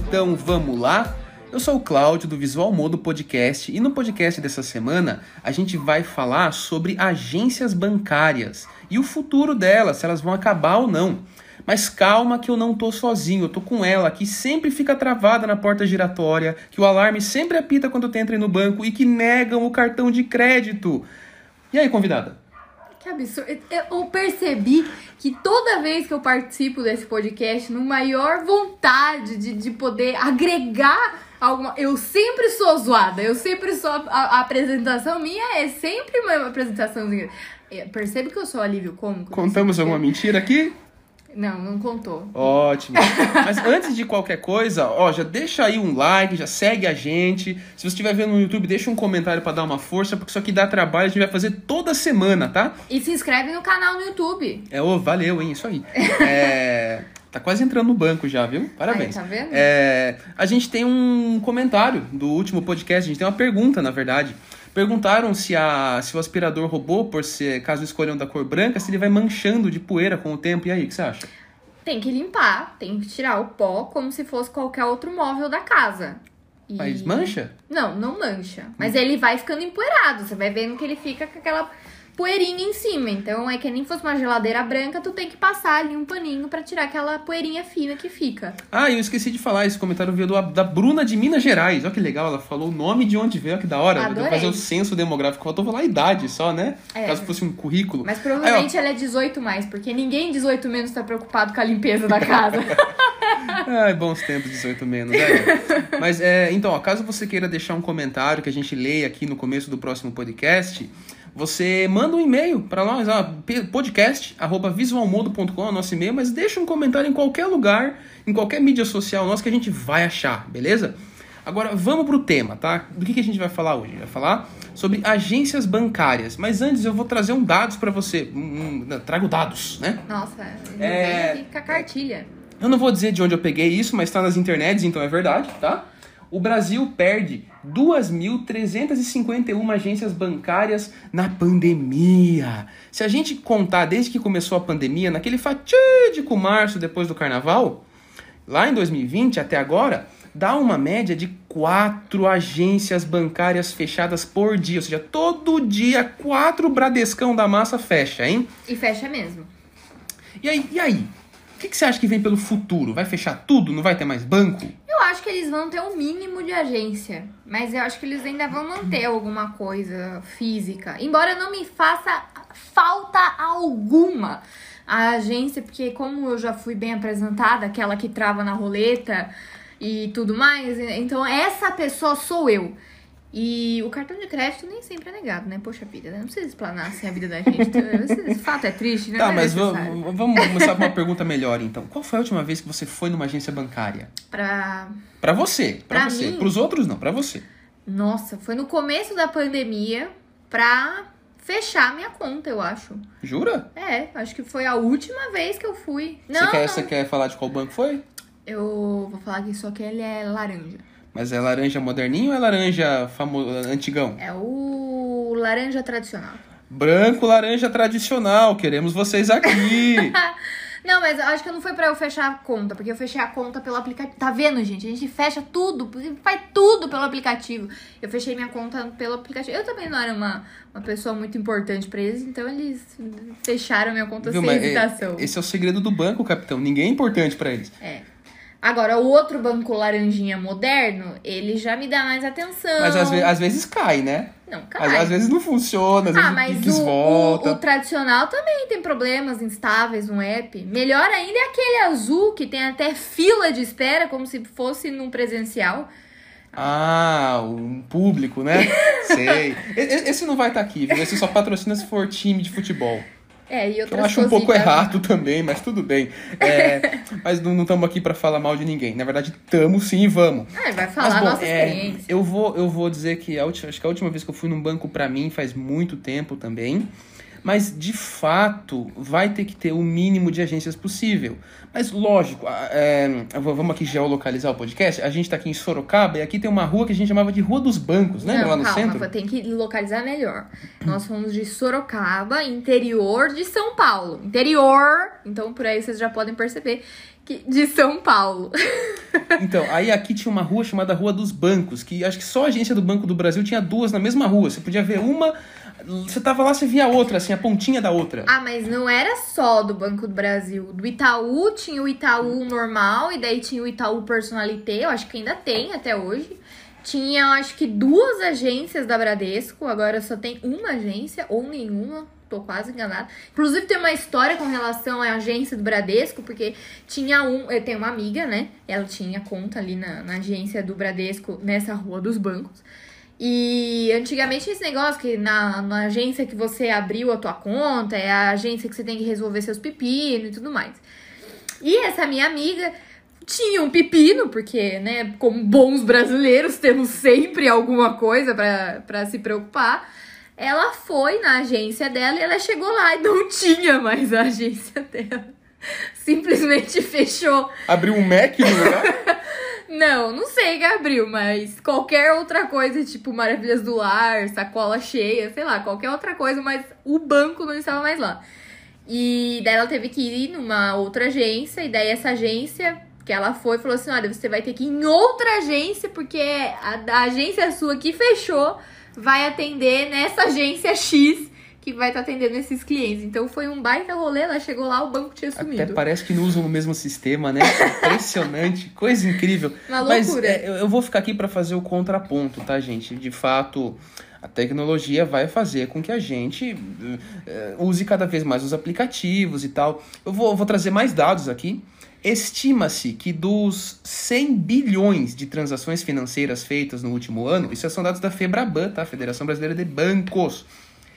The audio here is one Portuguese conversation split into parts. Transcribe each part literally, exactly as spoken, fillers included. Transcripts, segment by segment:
Então vamos lá? Eu sou o Cláudio do Visual Modo Podcast e no podcast dessa semana a gente vai falar sobre agências bancárias e o futuro delas, se elas vão acabar ou não. Mas calma que eu não tô sozinho, eu tô com ela, que sempre fica travada na porta giratória, que o alarme sempre apita quando tu entra no banco e que negam o cartão de crédito. E aí, convidada? Que absurdo. Eu percebi que toda vez que eu participo desse podcast, no maior vontade de, de poder agregar alguma... Eu sempre sou zoada, eu sempre sou... A, a apresentação minha é sempre uma apresentaçãozinha. Percebe que eu sou alívio cômico? Contamos alguma mentira aqui? Não, não contou. Ótimo. Mas antes de qualquer coisa, ó, já deixa aí um like, já segue a gente. Se você estiver vendo no YouTube, deixa um comentário pra dar uma força, porque isso aqui dá trabalho, a gente vai fazer toda semana, tá? E se inscreve no canal no YouTube. É, ô, valeu, hein, isso aí. É... Tá quase entrando no banco já, viu? Parabéns. Aí, tá vendo? É... A gente tem um comentário do último podcast, a gente tem uma pergunta, na verdade. Perguntaram se, a, se o aspirador robô, por ser, caso escolham da cor branca, se ele vai manchando de poeira com o tempo. E aí, o que você acha? Tem que limpar, tem que tirar o pó como se fosse qualquer outro móvel da casa. E... Mas mancha? Não, não mancha. Mas hum. ele vai ficando empoeirado. Você vai vendo que ele fica com aquela poeirinha em cima. Então é que nem fosse uma geladeira branca, tu tem que passar ali um paninho pra tirar aquela poeirinha fina que fica. Ah, eu esqueci de falar, esse comentário veio do, da Bruna de Minas Gerais. Olha que legal, ela falou o nome de onde veio, olha que da hora. Adorei. Deu fazer o censo demográfico, faltou falar a idade só, né? É. Caso fosse um currículo. Mas provavelmente Aí, ela é dezoito mais, porque ninguém dezoito menos tá preocupado com a limpeza da casa. Ai, bons tempos, dezoito menos. É. Mas, é, então, ó, caso você queira deixar um comentário que a gente leia aqui no começo do próximo podcast... Você manda um e-mail para nós, podcast arroba visualmodo ponto com é o nosso e-mail, mas deixa um comentário em qualquer lugar, em qualquer mídia social nossa que a gente vai achar, beleza? Agora, vamos pro tema, tá? Do que, que a gente vai falar hoje? Vai falar sobre agências bancárias, mas antes eu vou trazer um dados para você. Um, um, trago dados, né? Nossa, é... vem aqui com a cartilha. Eu não vou dizer de onde eu peguei isso, mas tá nas internets, então é verdade, tá? O Brasil perde duas mil trezentas e cinquenta e uma agências bancárias na pandemia. Se a gente contar desde que começou a pandemia, naquele fatídico março depois do carnaval, lá em dois mil e vinte até agora, dá uma média de quatro agências bancárias fechadas por dia. Ou seja, todo dia quatro Bradescão da massa fecha, hein? E fecha mesmo. E aí? E aí? O que, que você acha que vem pelo futuro? Vai fechar tudo? Não vai ter mais banco? Eu acho que eles vão ter um mínimo de agência, mas eu acho que eles ainda vão manter alguma coisa física. Embora não me faça falta alguma a agência, porque como eu já fui bem apresentada, aquela que trava na roleta e tudo mais, então essa pessoa sou eu. E o cartão de crédito nem sempre é negado, né? Poxa vida, né? Não precisa explanar assim a vida da gente. Esse fato é triste, né? Tá, não é mas necessário. vamos, vamos começar com uma pergunta melhor, então. Qual foi a última vez que você foi numa agência bancária? Pra... Pra você. Pra, pra você. Mim? Pros outros, não. Pra você. Nossa, foi no começo da pandemia pra fechar minha conta, eu acho. Jura? É, acho que foi a última vez que eu fui. Não, você, quer, não. você quer falar de qual banco foi? Eu vou falar que só que ele é laranja. Mas é laranja moderninho ou é laranja famo... antigão? É o laranja tradicional. Branco, laranja tradicional. Queremos vocês aqui. Não, mas eu acho que não foi pra eu fechar a conta, porque eu fechei a conta pelo aplicativo. Tá vendo, gente? A gente fecha tudo, faz tudo pelo aplicativo. Eu fechei minha conta pelo aplicativo. Eu também não era uma, uma pessoa muito importante pra eles, então eles fecharam minha conta Viu, sem mas hesitação. É, esse é o segredo do banco, capitão. Ninguém é importante pra eles. É. Agora, o outro banco laranjinha moderno, ele já me dá mais atenção. Mas às, ve- às vezes cai, né? Não, cai. Às, às vezes não funciona, às ah, vezes mas o Pix o, volta. o, o tradicional também tem problemas instáveis no app. Melhor ainda é aquele azul que tem até fila de espera, como se fosse num presencial. Ah, um público, né? Sei. Esse não vai estar aqui, viu? Esse só patrocina se for time de futebol. É, e outras Eu acho um pouco coisinhas. errado também, mas tudo bem. É, mas não estamos aqui para falar mal de ninguém. Na verdade, estamos sim e vamos. Ah, vai falar mas, bom, a nossa é, experiência. eu, vou, eu vou dizer que a última, acho que a última vez que eu fui num banco, para mim, faz muito tempo também. Mas, de fato, vai ter que ter o mínimo de agências possível. Mas, lógico, é, vamos aqui geolocalizar o podcast. A gente tá aqui em Sorocaba e aqui tem uma rua que a gente chamava de Rua dos Bancos, né? Não, Lá no calma, centro. tem que localizar melhor. Nós fomos de Sorocaba, interior de São Paulo. Interior, então por aí vocês já podem perceber de São Paulo. Então, aí aqui tinha uma rua chamada Rua dos Bancos, que acho que só a agência do Banco do Brasil tinha duas na mesma rua. Você podia ver uma, você tava lá, você via a outra, assim, a pontinha da outra. Ah, mas não era só do Banco do Brasil. Do Itaú tinha o Itaú normal, e daí tinha o Itaú Personalité, eu acho que ainda tem até hoje. Tinha, eu acho que duas agências da Bradesco, agora só tem uma agência, ou nenhuma, tô quase enganada. Inclusive tem uma história com relação à agência do Bradesco, porque tinha um, eu tenho uma amiga, né, ela tinha conta ali na, na agência do Bradesco, nessa Rua dos Bancos. E antigamente esse negócio que na, na agência que você abriu a tua conta, é a agência que você tem que resolver seus pepinos e tudo mais. E essa minha amiga tinha um pepino, porque, né, como bons brasileiros, temos sempre alguma coisa pra, pra se preocupar. Ela foi na agência dela e ela chegou lá e não tinha mais a agência dela. Simplesmente fechou. Abriu um Mac no lugar? Não, não sei que abriu, mas qualquer outra coisa, tipo Maravilhas do Lar, Sacola Cheia, sei lá, qualquer outra coisa, mas o banco não estava mais lá. E daí ela teve que ir numa outra agência, e daí essa agência que ela foi falou assim, olha, você vai ter que ir em outra agência, porque a, a agência sua que fechou vai atender nessa agência X, que vai estar tá atendendo esses clientes. Então foi um baita rolê, ela chegou lá, o banco tinha sumido. Até parece que não usam o mesmo sistema, né? Impressionante, coisa incrível. Uma loucura. Mas é, eu vou ficar aqui para fazer o contraponto, tá, gente? De fato, a tecnologia vai fazer com que a gente uh, use cada vez mais os aplicativos e tal. Eu vou, eu vou trazer mais dados aqui. Estima-se que dos cem bilhões de transações financeiras feitas no último ano, isso são dados da FEBRABAN, tá? Federação Brasileira de Bancos,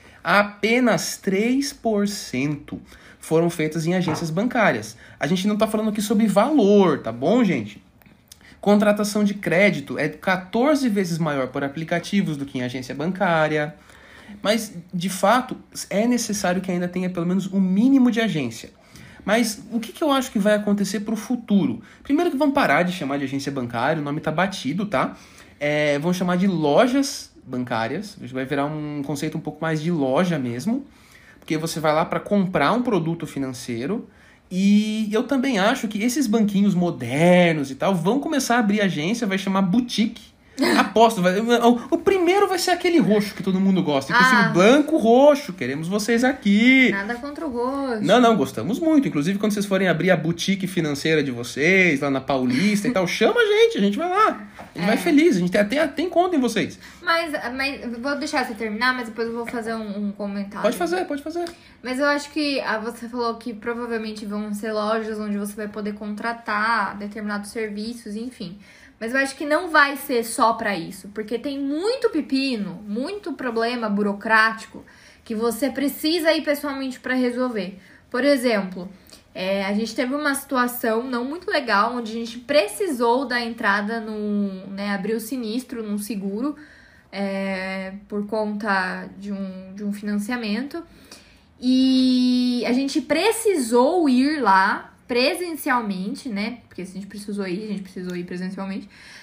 apenas três por cento foram feitas em agências bancárias. A gente não está falando aqui sobre valor, tá bom, gente? Contratação de crédito é quatorze vezes maior por aplicativos do que em agência bancária. Mas, de fato, é necessário que ainda tenha pelo menos um mínimo de agência. Mas o que, que eu acho que vai acontecer para o futuro? Primeiro que vão parar de chamar de agência bancária, o nome está batido, tá? É, vão chamar de lojas bancárias, vai virar um conceito um pouco mais de loja mesmo, porque você vai lá para comprar um produto financeiro. E eu também acho que esses banquinhos modernos e tal vão começar a abrir agência, vai chamar boutique. Aposto, vai, o, o primeiro vai ser aquele roxo que todo mundo gosta. Inclusive, ah, Banco Roxo, queremos vocês aqui. Nada contra o roxo. Não, não, gostamos muito. Inclusive, quando vocês forem abrir a boutique financeira de vocês, lá na Paulista e tal, chama a gente, a gente vai lá. A gente é. vai feliz, a gente tem, até tem conta em vocês. Mas, mas vou deixar você terminar, mas depois eu vou fazer um, um comentário. Pode fazer, pode fazer. Mas eu acho que ah, você falou que provavelmente vão ser lojas onde você vai poder contratar determinados serviços, enfim. Mas eu acho que não vai ser só pra isso, porque tem muito pepino, muito problema burocrático que você precisa ir pessoalmente pra resolver. Por exemplo, é, a gente teve uma situação não muito legal, onde a gente precisou da entrada no, né, abrir o sinistro num seguro é, por conta de um, de um financiamento. E a gente precisou ir lá presencialmente, né? Porque se a gente precisou ir, a gente precisou ir presencialmente.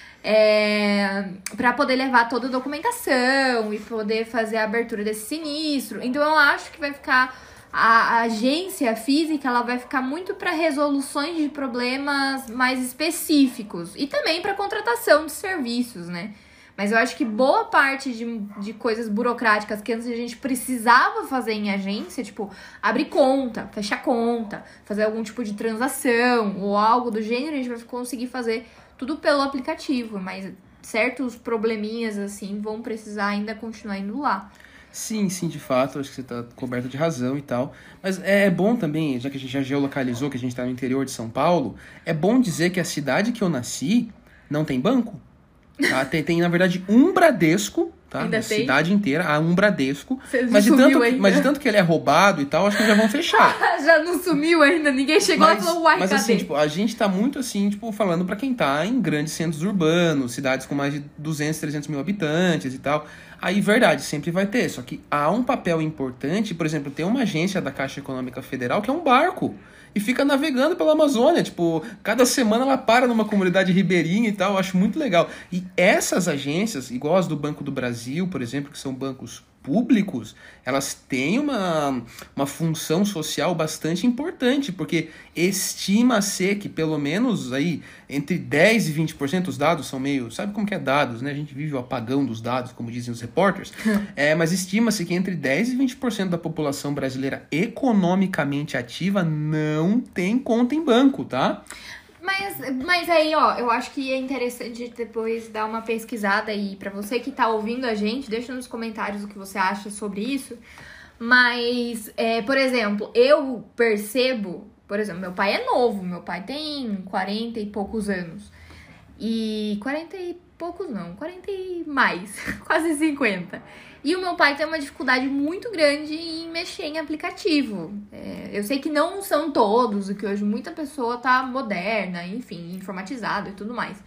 É, para poder levar toda a documentação e poder fazer a abertura desse sinistro. Então eu acho que vai ficar... A, a agência física, ela vai ficar muito para resoluções de problemas mais específicos. E também para contratação de serviços, né? Mas eu acho que boa parte de, de coisas burocráticas que antes a gente precisava fazer em agência, tipo, abrir conta, fechar conta, fazer algum tipo de transação ou algo do gênero, a gente vai conseguir fazer tudo pelo aplicativo, mas certos probleminhas, assim, vão precisar ainda continuar indo lá. Sim, sim, de fato, acho que você está coberto de razão e tal. Mas é bom também, já que a gente já geolocalizou, que a gente está no interior de São Paulo, é bom dizer que a cidade que eu nasci não tem banco. Tá? Tem, tem, na verdade, um Bradesco, tá? Ainda Na tem? cidade inteira, há um Bradesco. Você mas de, sumiu tanto, ainda? mas de tanto que ele é roubado e tal, acho que já vão fechar. Já não sumiu ainda, ninguém chegou mas, e falou, uai, Mas cadê? assim, tipo, a gente tá muito assim, tipo, falando pra quem tá em grandes centros urbanos, cidades com mais de duzentos, trezentos mil habitantes e tal. Aí, verdade, sempre vai ter. Só que há um papel importante, por exemplo, tem uma agência da Caixa Econômica Federal que é um barco. E fica navegando pela Amazônia, tipo, cada semana ela para numa comunidade ribeirinha e tal, eu acho muito legal. E essas agências, igual as do Banco do Brasil, por exemplo, que são bancos públicos, elas têm uma, uma função social bastante importante, porque estima-se que pelo menos aí entre dez e vinte por cento dos dados são meio... Sabe como que é dados, né? A gente vive o apagão dos dados, como dizem os repórteres. é, mas estima-se que entre dez e vinte por cento da população brasileira economicamente ativa não tem conta em banco, tá? Mas, mas aí, ó, eu acho que é interessante depois dar uma pesquisada aí pra você que tá ouvindo a gente, deixa nos comentários o que você acha sobre isso. Mas, é, por exemplo, eu percebo, por exemplo, meu pai é novo, meu pai tem quarenta e poucos anos. E quarenta e poucos não, quarenta e mais, quase cinquenta. E o meu pai tem uma dificuldade muito grande em mexer em aplicativo. É, eu sei que não são todos, e que hoje muita pessoa tá moderna, enfim, informatizada e tudo mais.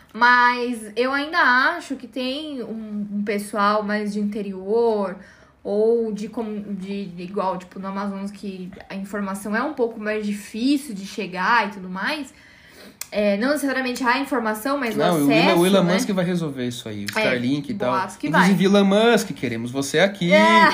Mas eu ainda acho que tem um, um pessoal mais de interior, ou de, de, de igual, tipo, no Amazonas, que a informação é um pouco mais difícil de chegar e tudo mais. É, não necessariamente a informação, mas não, o acesso, Não, o Elon né? Musk vai resolver isso aí, o Starlink é, e tal. Que Inclusive, vai. Elon Musk, queremos você aqui. É.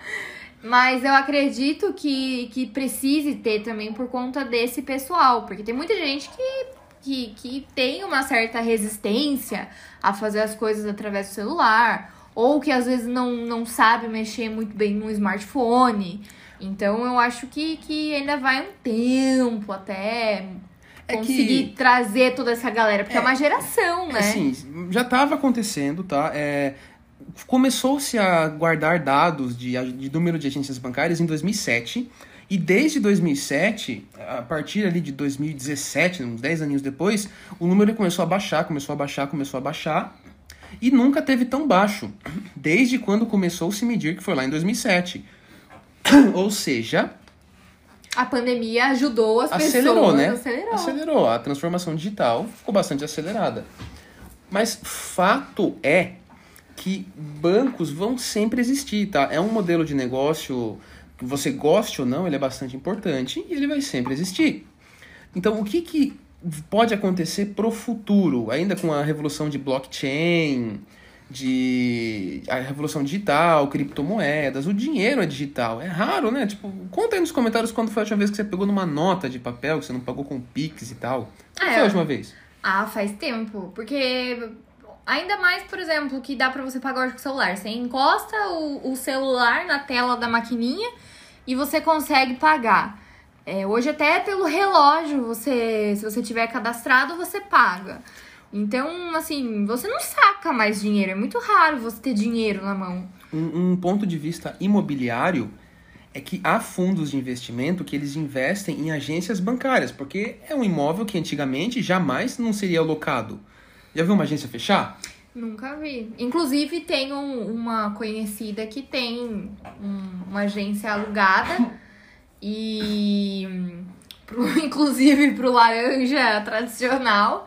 Mas eu acredito que, que precise ter também por conta desse pessoal, porque tem muita gente que, que, que tem uma certa resistência a fazer as coisas através do celular, ou que às vezes não, não sabe mexer muito bem no smartphone. Então eu acho que, que ainda vai um tempo até... É conseguir que... trazer toda essa galera, porque é, é uma geração, né? Assim, já estava acontecendo, tá? É, começou-se a guardar dados de, de número de agências bancárias em dois mil e sete, e desde dois mil e sete, a partir ali de dois mil e dezessete, uns dez aninhos depois, o número começou a baixar, começou a baixar, começou a baixar, e nunca teve tão baixo, desde quando começou a se medir, que foi lá em dois mil e sete. Ou seja... A pandemia ajudou as acelerou, pessoas, né? acelerou. Acelerou. A transformação digital ficou bastante acelerada. Mas fato é que bancos vão sempre existir, tá? É um modelo de negócio que você goste ou não, ele é bastante importante e ele vai sempre existir. Então, o que, que pode acontecer pro futuro, ainda com a revolução de blockchain, de a revolução digital, criptomoedas, o dinheiro é digital. É raro, né? Tipo, conta aí nos comentários quando foi a última vez que você pegou numa nota de papel, que você não pagou com Pix e tal. Quando é, foi a última vez? Ah, faz tempo. Porque ainda mais, por exemplo, que dá pra você pagar hoje com o celular. Você encosta o, o celular na tela da maquininha e você consegue pagar. É, hoje até pelo relógio, você, se você tiver cadastrado, você paga. Então, assim, você não saca mais dinheiro. É muito raro você ter dinheiro na mão. Um, um ponto de vista imobiliário é que há fundos de investimento que eles investem em agências bancárias, porque é um imóvel que antigamente jamais não seria alocado. Já viu uma agência fechar? Nunca vi. Inclusive, tem um, uma conhecida que tem um, uma agência alugada e... Pro, inclusive pro laranja tradicional.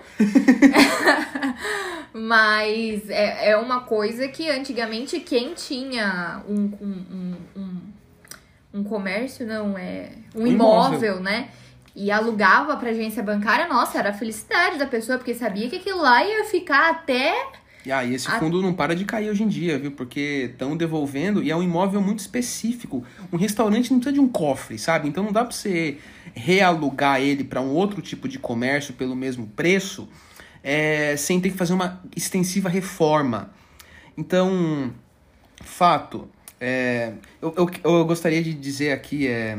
Mas é, é uma coisa que antigamente quem tinha um, um, um, um comércio, não, é um, um imóvel, imóvel, né? E alugava pra agência bancária, nossa, era a felicidade da pessoa, porque sabia que aquilo lá ia ficar até... E ah, e esse fundo a... não para de cair hoje em dia, viu? Porque estão devolvendo e é um imóvel muito específico. Um restaurante não precisa de um cofre, sabe? Então não dá pra você realugar ele para um outro tipo de comércio pelo mesmo preço, é, sem ter que fazer uma extensiva reforma. Então, fato, é, eu, eu, eu gostaria de dizer aqui... É,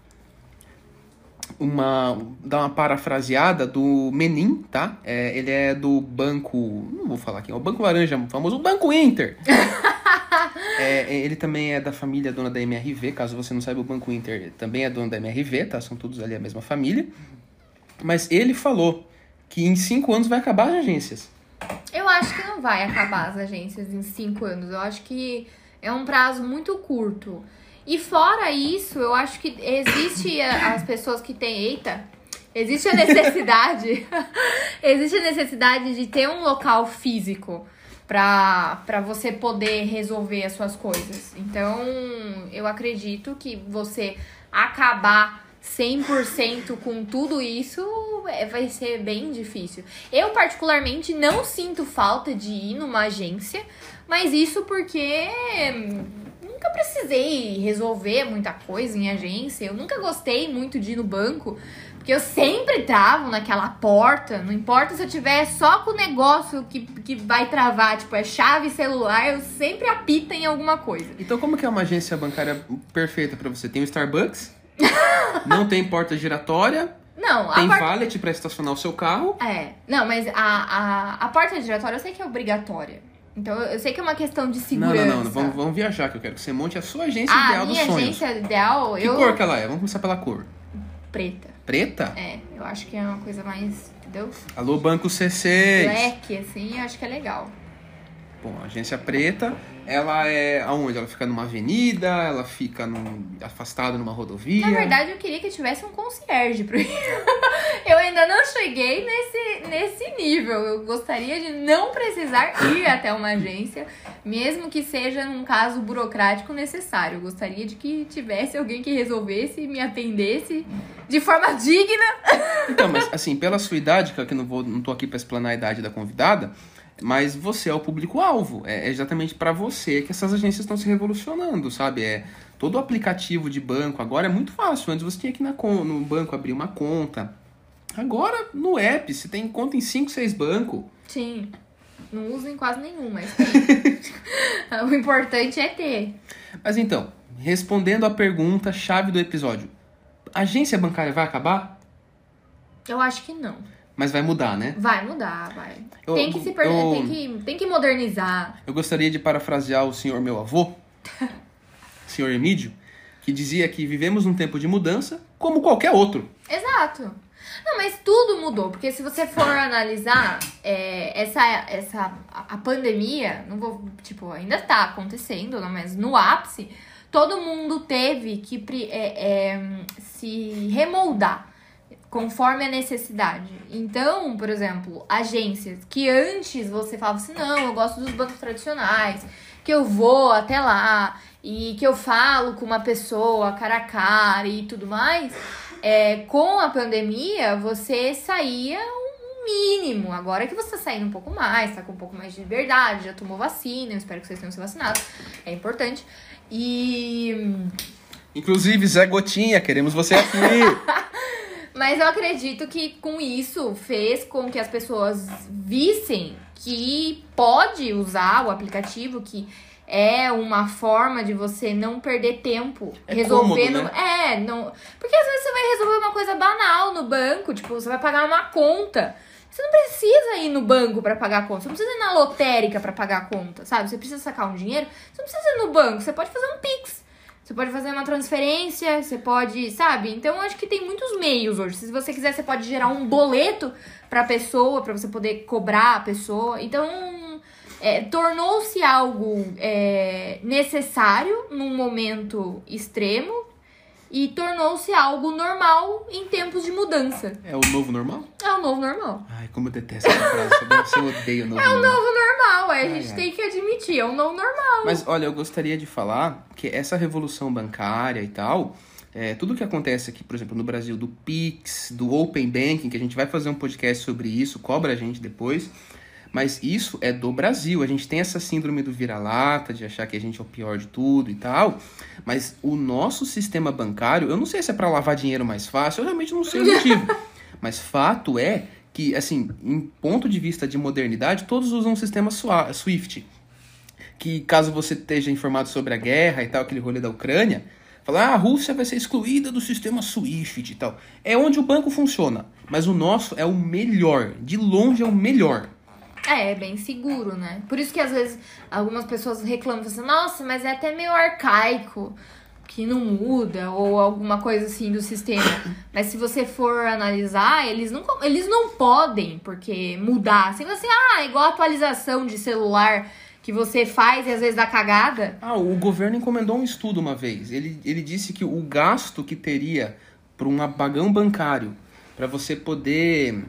uma dar uma parafraseada do Menin, tá? É, ele é do banco... Não vou falar aqui, é o Banco Laranja, o famoso Banco Inter. é, ele também é da família dona da M R V, caso você não saiba, o Banco Inter também é dono da M R V, tá? São todos ali a mesma família. Mas ele falou que em cinco anos vai acabar as agências. Eu acho que não vai acabar as agências em cinco anos. Eu acho que é um prazo muito curto. E fora isso, eu acho que existe a, as pessoas que têm... Eita! Existe a necessidade... existe a necessidade de ter um local físico pra, pra você poder resolver as suas coisas. Então, eu acredito que você acabar cem por cento com tudo isso é, vai ser bem difícil. Eu, particularmente, não sinto falta de ir numa agência, mas isso porque... precisei resolver muita coisa em agência. Eu nunca gostei muito de ir no banco, porque eu sempre travo naquela porta. Não importa se eu tiver só com o negócio que, que vai travar, tipo, é chave celular, eu sempre apita em alguma coisa. Então como que é uma agência bancária perfeita pra você? Tem o Starbucks, não tem porta giratória, não, tem a porta... valet pra estacionar o seu carro. É, não, mas a, a, a porta giratória eu sei que é obrigatória. Então eu sei que é uma questão de segurança. Não, não, não, vamos, vamos viajar, que eu quero que você monte a sua agência ah, ideal dos sonhos. A minha agência ideal... Que eu... cor que ela é? Vamos começar pela cor. Preta. Preta? É, eu acho que é uma coisa mais, entendeu? Alô, Banco C seis. Black, assim, eu acho que é legal. Bom, a agência preta, ela é aonde? Ela fica numa avenida, ela fica num, afastada numa rodovia? Na verdade, eu queria que tivesse um concierge pra mim. Eu ainda não cheguei nesse, nesse nível. Eu gostaria de não precisar ir até uma agência, mesmo que seja num caso burocrático necessário. Eu gostaria de que tivesse alguém que resolvesse e me atendesse de forma digna. Então, mas assim, pela sua idade, que eu não, vou, não tô aqui pra explanar a idade da convidada, mas você é o público-alvo. É exatamente para você que essas agências estão se revolucionando, sabe? É, todo o aplicativo de banco agora é muito fácil. Antes você tinha que ir na, no banco abrir uma conta. Agora, no app, você tem conta em cinco, seis bancos. Sim. Não uso em quase nenhum, mas tem. O importante é ter. Mas então, respondendo a pergunta chave do episódio. A agência bancária vai acabar? Eu acho que não. Mas vai mudar, né? Vai mudar, vai. Eu, tem que se perder, eu, tem, que, tem que modernizar. Eu gostaria de parafrasear o senhor meu avô, senhor Emídio, que dizia que vivemos num tempo de mudança como qualquer outro. Exato. Não, mas tudo mudou, porque se você for analisar é, essa, essa, a pandemia, não vou, tipo, ainda tá acontecendo, não, mas no ápice, todo mundo teve que é, é, se remoldar conforme a necessidade. Então, por exemplo, agências que antes você falava assim, não, eu gosto dos bancos tradicionais, que eu vou até lá e que eu falo com uma pessoa cara a cara e tudo mais, é, com a pandemia você saía um mínimo. Agora que você tá saindo um pouco mais, tá com um pouco mais de liberdade, já tomou vacina, eu espero que vocês tenham se vacinado, é importante. E... Inclusive, Zé Gotinha, queremos você aqui! Mas eu acredito que com isso fez com que as pessoas vissem que pode usar o aplicativo, que é uma forma de você não perder tempo é resolvendo. Cômodo, né? É, não. Porque às vezes você vai resolver uma coisa banal no banco, tipo, você vai pagar uma conta. Você não precisa ir no banco pra pagar a conta. Você não precisa ir na lotérica pra pagar a conta, sabe? Você precisa sacar um dinheiro. Você não precisa ir no banco. Você pode fazer um Pix. Você pode fazer uma transferência, você pode, sabe? Então, eu acho que tem muitos meios hoje. Se você quiser, você pode gerar um boleto pra pessoa, pra você poder cobrar a pessoa. Então, é, tornou-se algo é, necessário num momento extremo e tornou-se algo normal em tempos de mudança. É o novo normal? É o novo normal. Ai, como eu detesto essa frase. Você odeia o novo é normal. É o novo normal, a ai, gente ai. tem que admitir, é o novo normal. Mas, olha, eu gostaria de falar que essa revolução bancária e tal, é, tudo que acontece aqui, por exemplo, no Brasil, do Pix, do Open Banking, que a gente vai fazer um podcast sobre isso, cobra a gente depois, mas isso é do Brasil. A gente tem essa síndrome do vira-lata, de achar que a gente é o pior de tudo e tal, mas o nosso sistema bancário, eu não sei se é para lavar dinheiro mais fácil, eu realmente não sei o motivo, mas fato é que, assim, em ponto de vista de modernidade, todos usam o sistema SWIFT, que caso você esteja informado sobre a guerra e tal, aquele rolê da Ucrânia, falar, ah, a Rússia vai ser excluída do sistema SWIFT e tal. É onde o banco funciona, mas o nosso é o melhor, de longe é o melhor. É, é bem seguro, né? Por isso que às vezes algumas pessoas reclamam assim, nossa, mas é até meio arcaico, que não muda, ou alguma coisa assim do sistema. Mas se você for analisar, eles não, eles não podem, porque mudar. Assim, assim, ah, igual a atualização de celular que você faz e às vezes dá cagada. Ah, o governo encomendou um estudo uma vez. Ele, ele disse que o gasto que teria para um apagão bancário, para você poder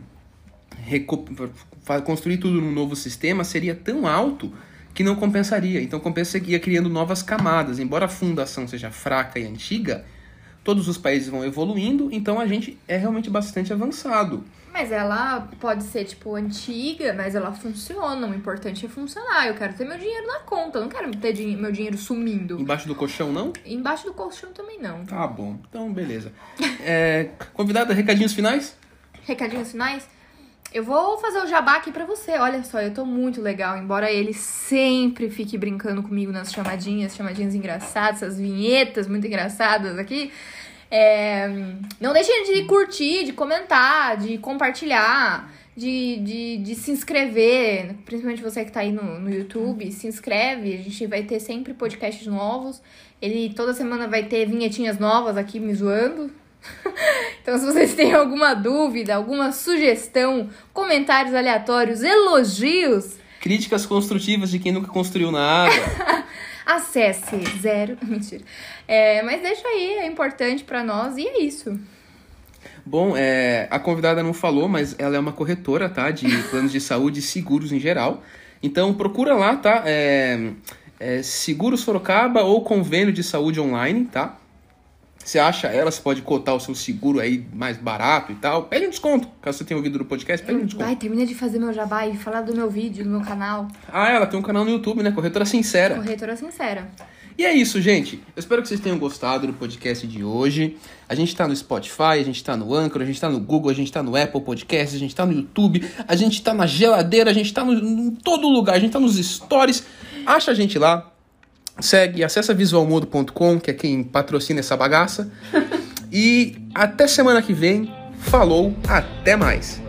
recu- construir tudo num novo sistema, seria tão alto que não compensaria. Então compensa que ia criando novas camadas. Embora a fundação seja fraca e antiga, todos os países vão evoluindo, então a gente é realmente bastante avançado. Mas ela pode ser, tipo, antiga, mas ela funciona. O importante é funcionar. Eu quero ter meu dinheiro na conta. Eu não quero ter din- meu dinheiro sumindo. Embaixo do colchão, não? Embaixo do colchão também não. Tá bom. Então, beleza. É, convidada, recadinhos finais? Recadinhos finais? Eu vou fazer o jabá aqui pra você. Olha só, eu tô muito legal. Embora ele sempre fique brincando comigo nas chamadinhas, chamadinhas engraçadas, essas vinhetas muito engraçadas aqui. É, não deixem de curtir, de comentar, de compartilhar, de, de, de se inscrever. Principalmente você que tá aí no, no YouTube, se inscreve. A gente vai ter sempre podcasts novos. Ele toda semana vai ter vinhetinhas novas aqui me zoando. Então, se vocês têm alguma dúvida, alguma sugestão, comentários aleatórios, elogios... Críticas construtivas de quem nunca construiu nada. Acesse zero. Mentira. É, mas deixa aí, é importante pra nós e é isso. Bom, é, a convidada não falou, mas ela é uma corretora, tá? De planos de saúde e seguros em geral. Então procura lá, tá? É, é Seguros Sorocaba ou Convênio de Saúde Online, tá? Você acha ela, você pode cotar o seu seguro aí mais barato e tal. Pede um desconto, caso você tenha ouvido no podcast, pede um desconto. Vai, termina de fazer meu jabá e falar do meu vídeo, do meu canal. Ah, ela tem um canal no YouTube, né? Corretora Sincera. Corretora Sincera. E é isso, gente. Eu espero que vocês tenham gostado do podcast de hoje. A gente tá no Spotify, a gente tá no Anchor, a gente tá no Google, a gente tá no Apple Podcasts, a gente tá no YouTube, a gente tá na geladeira, a gente tá no, em todo lugar, a gente tá nos stories. Acha a gente lá. Segue, acessa visualmodo ponto com, que é quem patrocina essa bagaça. E até semana que vem. Falou, até mais.